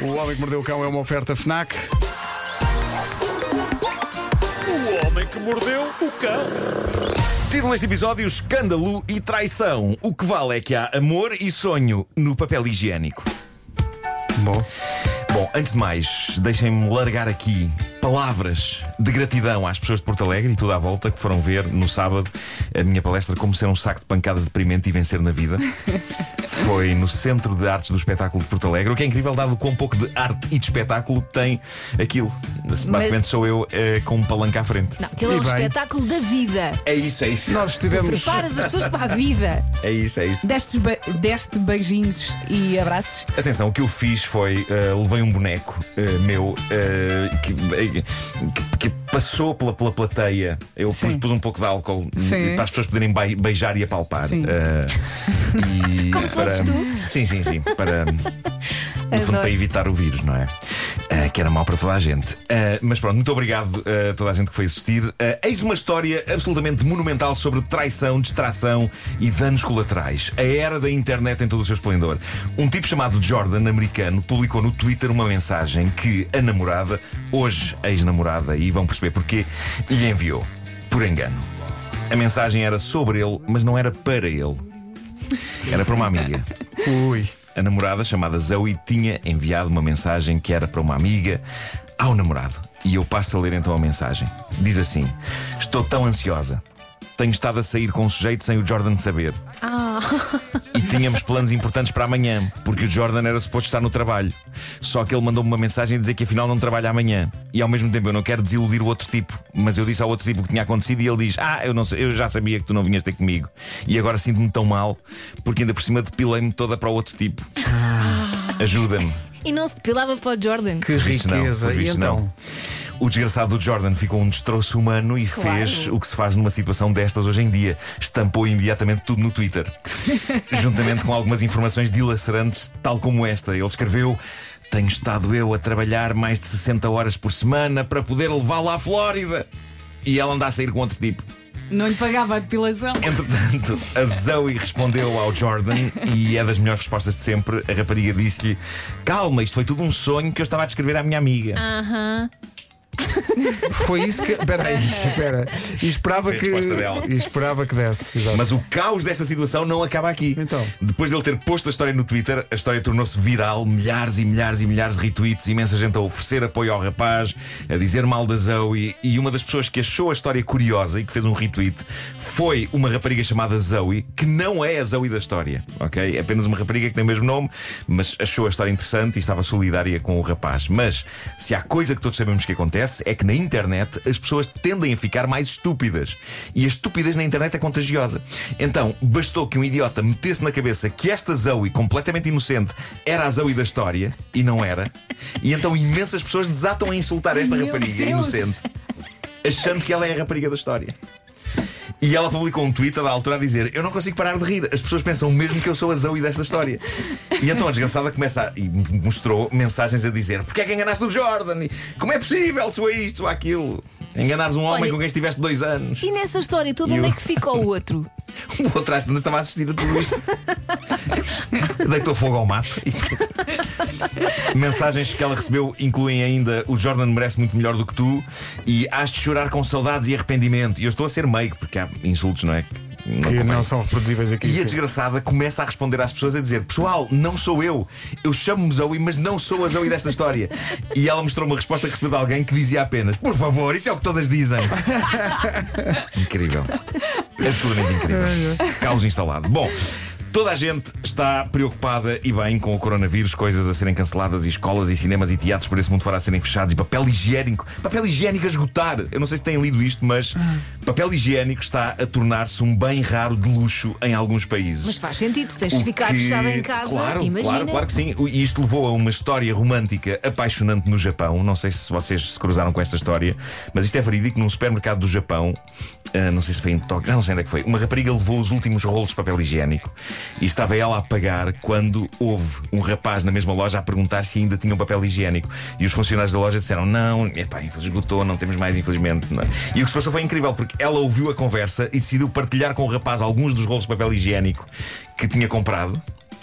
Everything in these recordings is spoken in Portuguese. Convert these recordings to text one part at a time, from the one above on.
O Homem que Mordeu o Cão é uma oferta FNAC. O homem que mordeu o cão. Título neste episódio: escândalo e traição. O que vale é que há amor e sonho no papel higiênico. Bom, antes de mais, deixem-me largar aqui palavras de gratidão às pessoas de Porto Alegre e tudo à volta que foram ver no sábado a minha palestra Como Ser um Saco de Pancada Deprimente e Vencer na Vida. Foi no Centro de Artes do Espetáculo de Porto Alegre. O que é incrível, dado o quão pouco de arte e de espetáculo tem aquilo. Basicamente sou eu com um palanque à frente. Não, aquilo é um espetáculo da vida. É isso. Nós estivemos. Preparas as pessoas para a vida. É isso. Deste beijinhos e abraços. Atenção, o que eu fiz foi levei um boneco meu que passou pela plateia. Eu pus um pouco de álcool para as pessoas poderem beijar e apalpar. Como se fosses tu? Sim. Para, no fundo, para evitar o vírus, não é? Que era mau para toda a gente. Mas pronto, muito obrigado a toda a gente que foi assistir. Eis uma história absolutamente monumental sobre traição, distração e danos colaterais. A era da internet em todo o seu esplendor. Um tipo chamado Jordan, americano, publicou no Twitter uma mensagem que a namorada, hoje ex-namorada, e vão perceber porquê, lhe enviou. Por engano. A mensagem era sobre ele, mas não era para ele. Era para uma amiga. Ui. A namorada, chamada Zoe, tinha enviado uma mensagem que era para uma amiga ao namorado. E eu passo a ler então a mensagem. Diz assim: estou tão ansiosa. Tenho estado a sair com um sujeito sem o Jordan saber. E tínhamos planos importantes para amanhã, porque o Jordan era suposto estar no trabalho. Só que ele mandou-me uma mensagem a dizer que afinal não trabalha amanhã. E ao mesmo tempo eu não quero desiludir o outro tipo, mas eu disse ao outro tipo o que tinha acontecido e ele diz: eu já sabia que tu não vinhas ter comigo. E agora sinto-me tão mal, porque ainda por cima depilei-me toda para o outro tipo. Ajuda-me. E não se depilava para o Jordan. Que riqueza. E então? O desgraçado do Jordan ficou um destroço humano e fez o que se faz numa situação destas hoje em dia. Estampou imediatamente tudo no Twitter. Juntamente com algumas informações dilacerantes, tal como esta. Ele escreveu: tenho estado eu a trabalhar mais de 60 horas por semana para poder levá-la à Flórida. E ela anda a sair com outro tipo. Não lhe pagava a depilação. Entretanto, a Zoe respondeu ao Jordan, e é das melhores respostas de sempre. A rapariga disse-lhe: calma, isto foi tudo um sonho que eu estava a descrever à minha amiga. Foi isso que. Espera. E esperava Foi a resposta dela. esperava que desse. Exato. Mas o caos desta situação não acaba aqui. Então. Depois de ele ter posto a história no Twitter, a história tornou-se viral. Milhares e milhares e milhares de retweets. Imensa gente a oferecer apoio ao rapaz, a dizer mal da Zoe. E uma das pessoas que achou a história curiosa e que fez um retweet foi uma rapariga chamada Zoe, que não é a Zoe da história, ok? É apenas uma rapariga que tem o mesmo nome, mas achou a história interessante e estava solidária com o rapaz. Mas se há coisa que todos sabemos que acontece, é que na internet as pessoas tendem a ficar mais estúpidas. E a estupidez na internet é contagiosa. Então bastou que um idiota metesse na cabeça que esta Zoe, completamente inocente, era a Zoe da história, e não era. E então imensas pessoas desatam a insultar esta rapariga inocente, achando que ela é a rapariga da história. E ela publicou um tweet da altura a dizer: eu não consigo parar de rir, as pessoas pensam mesmo que eu sou a Zoe desta história. E então a desgraçada começa e mostrou mensagens a dizer: porque é que enganaste o Jordan? E como é possível? Sou isto, sou aquilo. Enganares um homem com quem estiveste 2 anos. E nessa história toda, onde é que ficou o outro? O outro às tantas estava a assistir a tudo isto. Deitou fogo ao mato. Mensagens que ela recebeu incluem ainda: o Jordan merece muito melhor do que tu, e has de chorar com saudades e arrependimento. E eu estou a ser meio, porque há insultos, não é? Que não são reproduzíveis aqui. E a desgraçada começa a responder às pessoas a dizer: pessoal, não sou eu chamo-me Zoe, mas não sou a Zoe desta história. E ela mostrou uma resposta que recebeu de alguém que dizia apenas: por favor, isso é o que todas dizem. Incrível. Absolutamente incrível. Caos instalado. Bom, toda a gente está preocupada e bem com o coronavírus, coisas a serem canceladas, e escolas e cinemas e teatros por esse mundo fora a serem fechados, e papel higiênico a esgotar. Eu não sei se têm lido isto, mas papel higiênico está a tornar-se um bem raro de luxo em alguns países. Mas faz sentido, tens de ficar fechado em casa. Imagina. Claro que sim. E isto levou a uma história romântica apaixonante no Japão. Não sei se vocês se cruzaram com esta história, mas isto é verídico. Num supermercado do Japão, não sei se foi em Tóquio, não sei onde é que foi, uma rapariga levou os últimos rolos de papel higiênico e estava ela a pagar quando houve um rapaz na mesma loja a perguntar se ainda tinham papel higiênico. E os funcionários da loja disseram: não, esgotou, não temos mais, infelizmente. Não. E o que se passou foi incrível, porque ela ouviu a conversa e decidiu partilhar com o rapaz alguns dos rolos de papel higiênico que tinha comprado.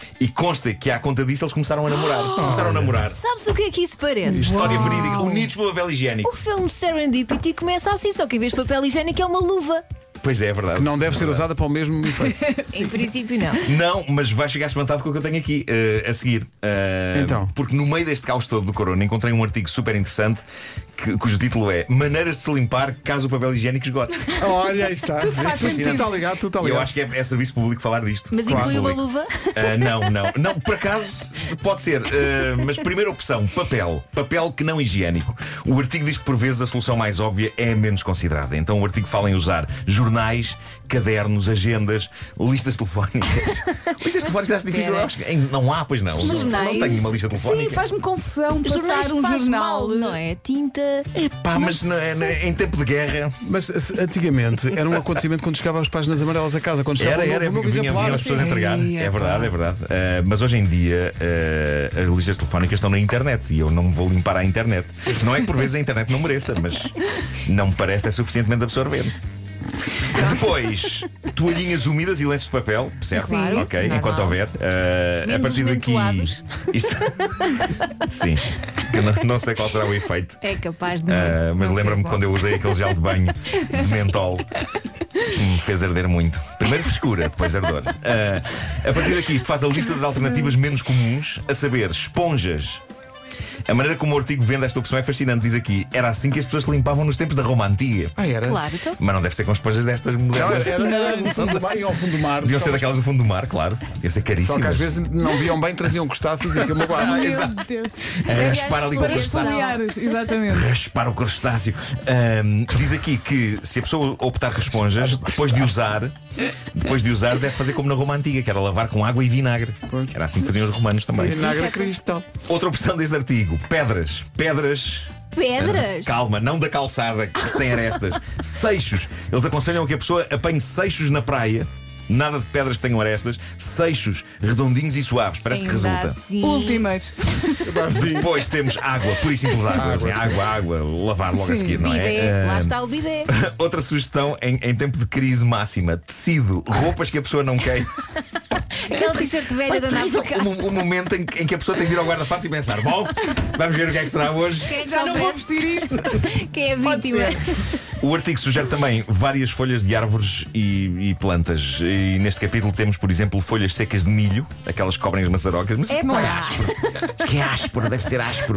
E consta que à conta disso eles começaram a namorar. Começaram a namorar. Sabes o que é que isso parece? História verídica, unidos pelo papel higiênico. O filme Serendipity começa assim, só que em vez de papel higiênico é uma luva. Pois é, é verdade. Que não deve ser usada para o mesmo efeito. Em princípio, não. Não, mas vai chegar espantado com o que eu tenho aqui a seguir. Então. Porque no meio deste caos todo do corona encontrei um artigo super interessante cujo título é Maneiras de se limpar caso o papel higiênico esgote. Olha, aí está. faz Tudo sentido. está ligado, tudo está E ligado. eu acho que é serviço público falar disto. Mas Serviço inclui uma público. luva? Não, por acaso pode ser. Mas primeira opção, papel. Papel que não higiênico. O artigo diz que por vezes a solução mais óbvia é a menos considerada. Então o artigo fala em usar jornais, cadernos, agendas, listas telefónicas. Listas telefónicas acho difícil. Eu acho que não há, pois não. Não jornais? tenho uma lista telefónica. Sim, faz-me confusão Jornais passar um faz jornal. mal, não é? Tinta. Pá, mas em tempo de guerra. Mas antigamente era um acontecimento quando chegavam as páginas amarelas a casa. Quando chegava Era, um novo vinham exemplar. as pessoas a entregar. É verdade, é verdade. Mas hoje em dia as listas telefónicas estão na internet e eu não me vou limpar à internet. Não é que por vezes a internet não mereça, mas não me parece é suficientemente absorvente. Depois, toalhinhas úmidas e lenços de papel, certo? Claro, Ok, normal. enquanto houver. A Menos partir os daqui. mentolados. Isto... Sim, que eu não sei qual será o efeito. É capaz de. Mas não lembra-me ser quando eu usei aquele gel de banho de mentol que me fez arder muito. Primeiro frescura, depois ardor. A partir daqui, isto faz a lista das alternativas menos comuns, a saber, esponjas. A maneira como o artigo vende esta opção é fascinante. Diz aqui, era assim que as pessoas se limpavam nos tempos da Roma Antiga. Ah, era? Claro, então. Mas não deve ser com esponjas destas Não, modernas. era no fundo do mar, e ao fundo do mar. Deviam ser daquelas do fundo do mar, claro. Devia ser Só caríssimas. que às vezes não viam bem, traziam crustáceos e aquilo magoava. Meu Exato. Deus. Raspar ali com o Para crustáceo. Folhear, exatamente. Raspar o crustáceo. Diz aqui que se a pessoa optar por esponjas, depois de usar, deve fazer como na Roma Antiga, que era lavar com água e vinagre. Era assim que faziam os romanos também. Vinagre cristal. Outra opção deste artigo: pedras. Pedras. Calma, não da calçada, que se tem arestas. Seixos. Eles aconselham que a pessoa apanhe seixos na praia. Nada de pedras que tenham arestas. Seixos redondinhos e suaves. Parece que Ainda resulta. assim. Últimas. Depois temos água, pura e simples água. Assim, água, lavar logo a seguir, não Bidé. é? Lá está o bidé. Outra sugestão em tempo de crise máxima: tecido, roupas que a pessoa não quer. Aquela t-shirt velha de andar para casa. O momento em que a pessoa tem de ir ao guarda-fatos e pensar: bom, vamos ver o que é que será hoje. Quem é que Já não vou oferece? vestir isto. Quem é a Pode vítima? O artigo sugere também várias folhas de árvores e plantas. E neste capítulo temos, por exemplo, folhas secas de milho, aquelas que cobrem as maçarocas. Mas É não é pá. áspero. Acho que é áspero, deve ser áspero.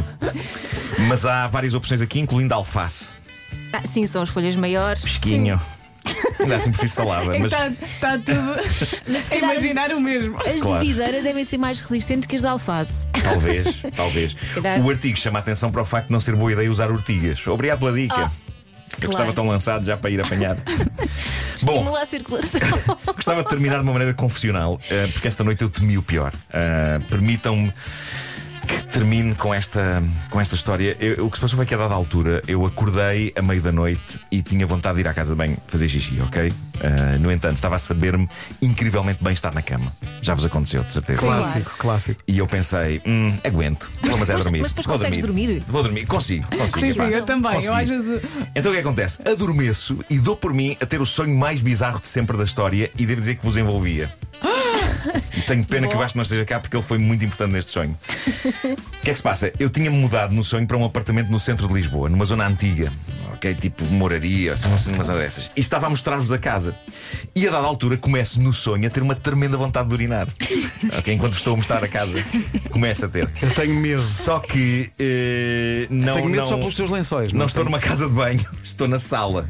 Mas há várias opções aqui, incluindo alface, Sim, são as folhas maiores. pesquinho. Ainda assim prefiro salada. É que Mas está tudo Mas se a calhar imaginar o mesmo. as Claro. de videira devem ser mais resistentes que as de alface. talvez. calhar. O artigo chama a atenção para o facto de não ser boa ideia usar ortigas. Obrigado pela dica. Eu estava tão lançado já para ir apanhar. Bom, Estimula a circulação. gostava de terminar de uma maneira confessional, porque esta noite eu temi o pior. Permitam-me que termine com esta história. O que se passou foi que a dada altura eu acordei a meio da noite e tinha vontade de ir à casa de banho fazer xixi, ok? No entanto, estava a saber-me incrivelmente bem estar na cama. Já vos aconteceu, de certeza. Clássico. E eu pensei, aguento, vou mas é dormir. Mas depois Vou consegues dormir? Vou dormir, consigo. Sim, epá. eu também. Consegui. Eu às vezes. Então o que acontece? Adormeço e dou por mim a ter o sonho mais bizarro de sempre da história e devo dizer que vos envolvia. E tenho pena que o Vasco não esteja cá porque ele foi muito importante neste sonho. O que é que se passa? Eu tinha-me mudado no sonho para um apartamento no centro de Lisboa, numa zona antiga, ok? Tipo moraria, assim, uma zona dessas. E estava a mostrar-vos a casa. E a dada altura começo no sonho a ter uma tremenda vontade de urinar. Ok? Enquanto estou a mostrar a casa, começo a ter. Eu tenho medo. Só que não. Tenho medo não, só pelos teus lençóis. não estou numa casa de banho, estou na sala.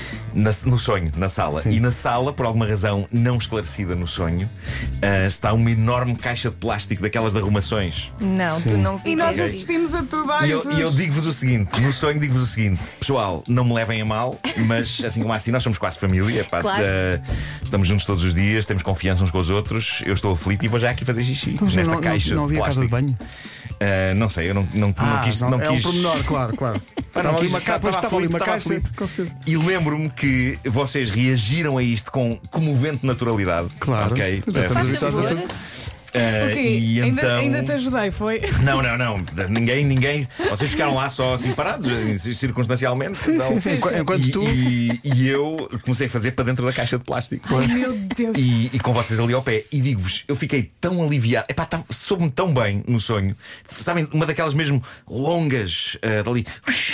No sonho, na sala. Sim. E na sala, por alguma razão não esclarecida no sonho, está uma enorme caixa de plástico daquelas de arrumações. Não, Sim. tu não E nós ficas. assistimos a tudo. Ai, E eu digo-vos o seguinte: no sonho digo-vos o seguinte, pessoal, não me levem a mal, mas assim como assim, nós somos quase família, pá, Claro. estamos juntos todos os dias, temos confiança uns com os outros. Eu estou aflito e vou já aqui fazer xixi Mas nesta não, caixa não de havia casa de plástico. banho? Não sei, eu não quis. É um quis... pormenor, claro. Estava ali uma caixa, com certeza. E lembro-me que vocês reagiram a isto com comovente naturalidade. Claro. Ok? Já estamos Faz habituados a favor. tudo. E então... ainda te ajudei, foi? Não. Ninguém. Vocês ficaram lá só assim parados, circunstancialmente. Sim. Enquanto tu. E eu comecei a fazer para dentro da caixa de plástico. Ai, meu Deus. E com vocês ali ao pé. E digo-vos, eu fiquei tão aliviado. Soube-me tão bem no sonho. Sabem, uma daquelas mesmo longas dali.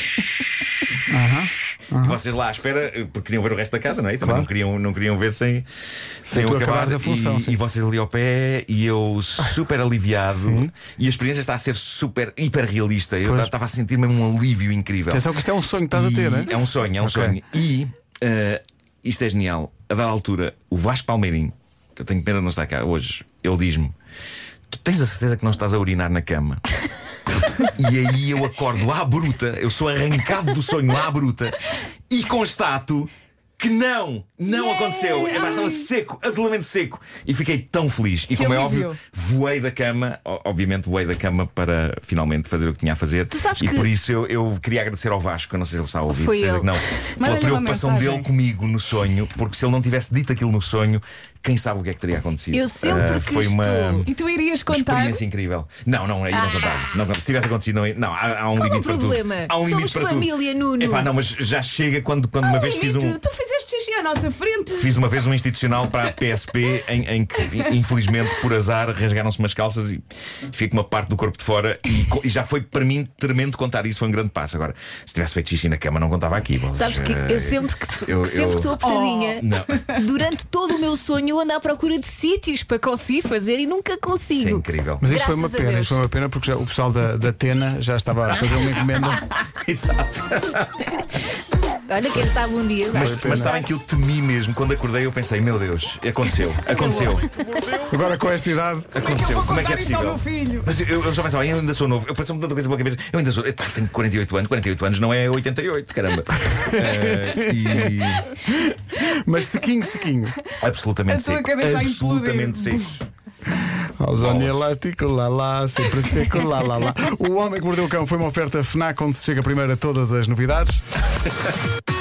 E vocês lá à espera, porque queriam ver o resto da casa, não é? E também não queriam ver sem eu acabar. A função, e vocês ali ao pé e eu super aliviado. Sim. E a experiência está a ser hiper realista. Eu estava a sentir mesmo um alívio incrível. Atenção que isto é um sonho que estás a ter, não é? É um sonho. E isto é genial. A dada altura, o Vasco Palmeirim, que eu tenho pena de não estar cá hoje, ele diz-me: tu tens a certeza que não estás a urinar na cama? E aí eu acordo à bruta, eu sou arrancado do sonho à bruta e constato que não aconteceu. Estava seco, absolutamente seco. E fiquei tão feliz. E como é óbvio, voei da cama. Obviamente voei da cama para finalmente fazer o que tinha a fazer. Tu sabes e que... por isso eu queria agradecer ao Vasco. Eu não sei se ele está a ouvir, Foi seja ele. que não. Pela preocupação dele comigo no sonho. Porque se ele não tivesse dito aquilo no sonho, quem sabe o que é que teria acontecido. Eu sempre foi quis uma E tu irias uma contar? experiência incrível. Não, aí não contava. Não, se tivesse acontecido, não, há um Qual limite o para tudo. problema? Há um Somos limite para família, tudo. Nuno. Não, mas já chega quando uma vez fiz um. Tu fizeste xixi à nossa frente. Fiz uma vez um institucional para a PSP em que, infelizmente, por azar, rasgaram-se umas calças e fico uma parte do corpo de fora. E já foi para mim tremendo contar isso. Foi um grande passo. Agora, se tivesse feito xixi na cama, não contava aqui. Sabes que eu sempre que estou apertadinha, durante todo o meu sonho, eu ando à procura de sítios para conseguir fazer e nunca Isso é consigo. incrível. Mas isto foi uma Graças a pena, Deus. isto foi uma pena porque o pessoal da Tena já estava a fazer uma encomenda. Exato. Olha, quem sabe um dia. Mas sabem que eu temi mesmo. Quando acordei, eu pensei: meu Deus, aconteceu. Agora com esta idade. Aconteceu. Como é que é Isto ao meu possível? filho. Mas eu só pensava: eu ainda sou novo. Eu passei-me tanta coisa pela cabeça. Eu ainda sou. Tenho 48 anos. 48 anos não é 88, caramba. Mas sequinho. Absolutamente A tua seco. cabeça a Absolutamente implodir. seco. Ozónio elástico, lá, sempre seco, lá. O Homem que Mordeu o Cão foi uma oferta FNAC onde se chega primeiro a todas as novidades.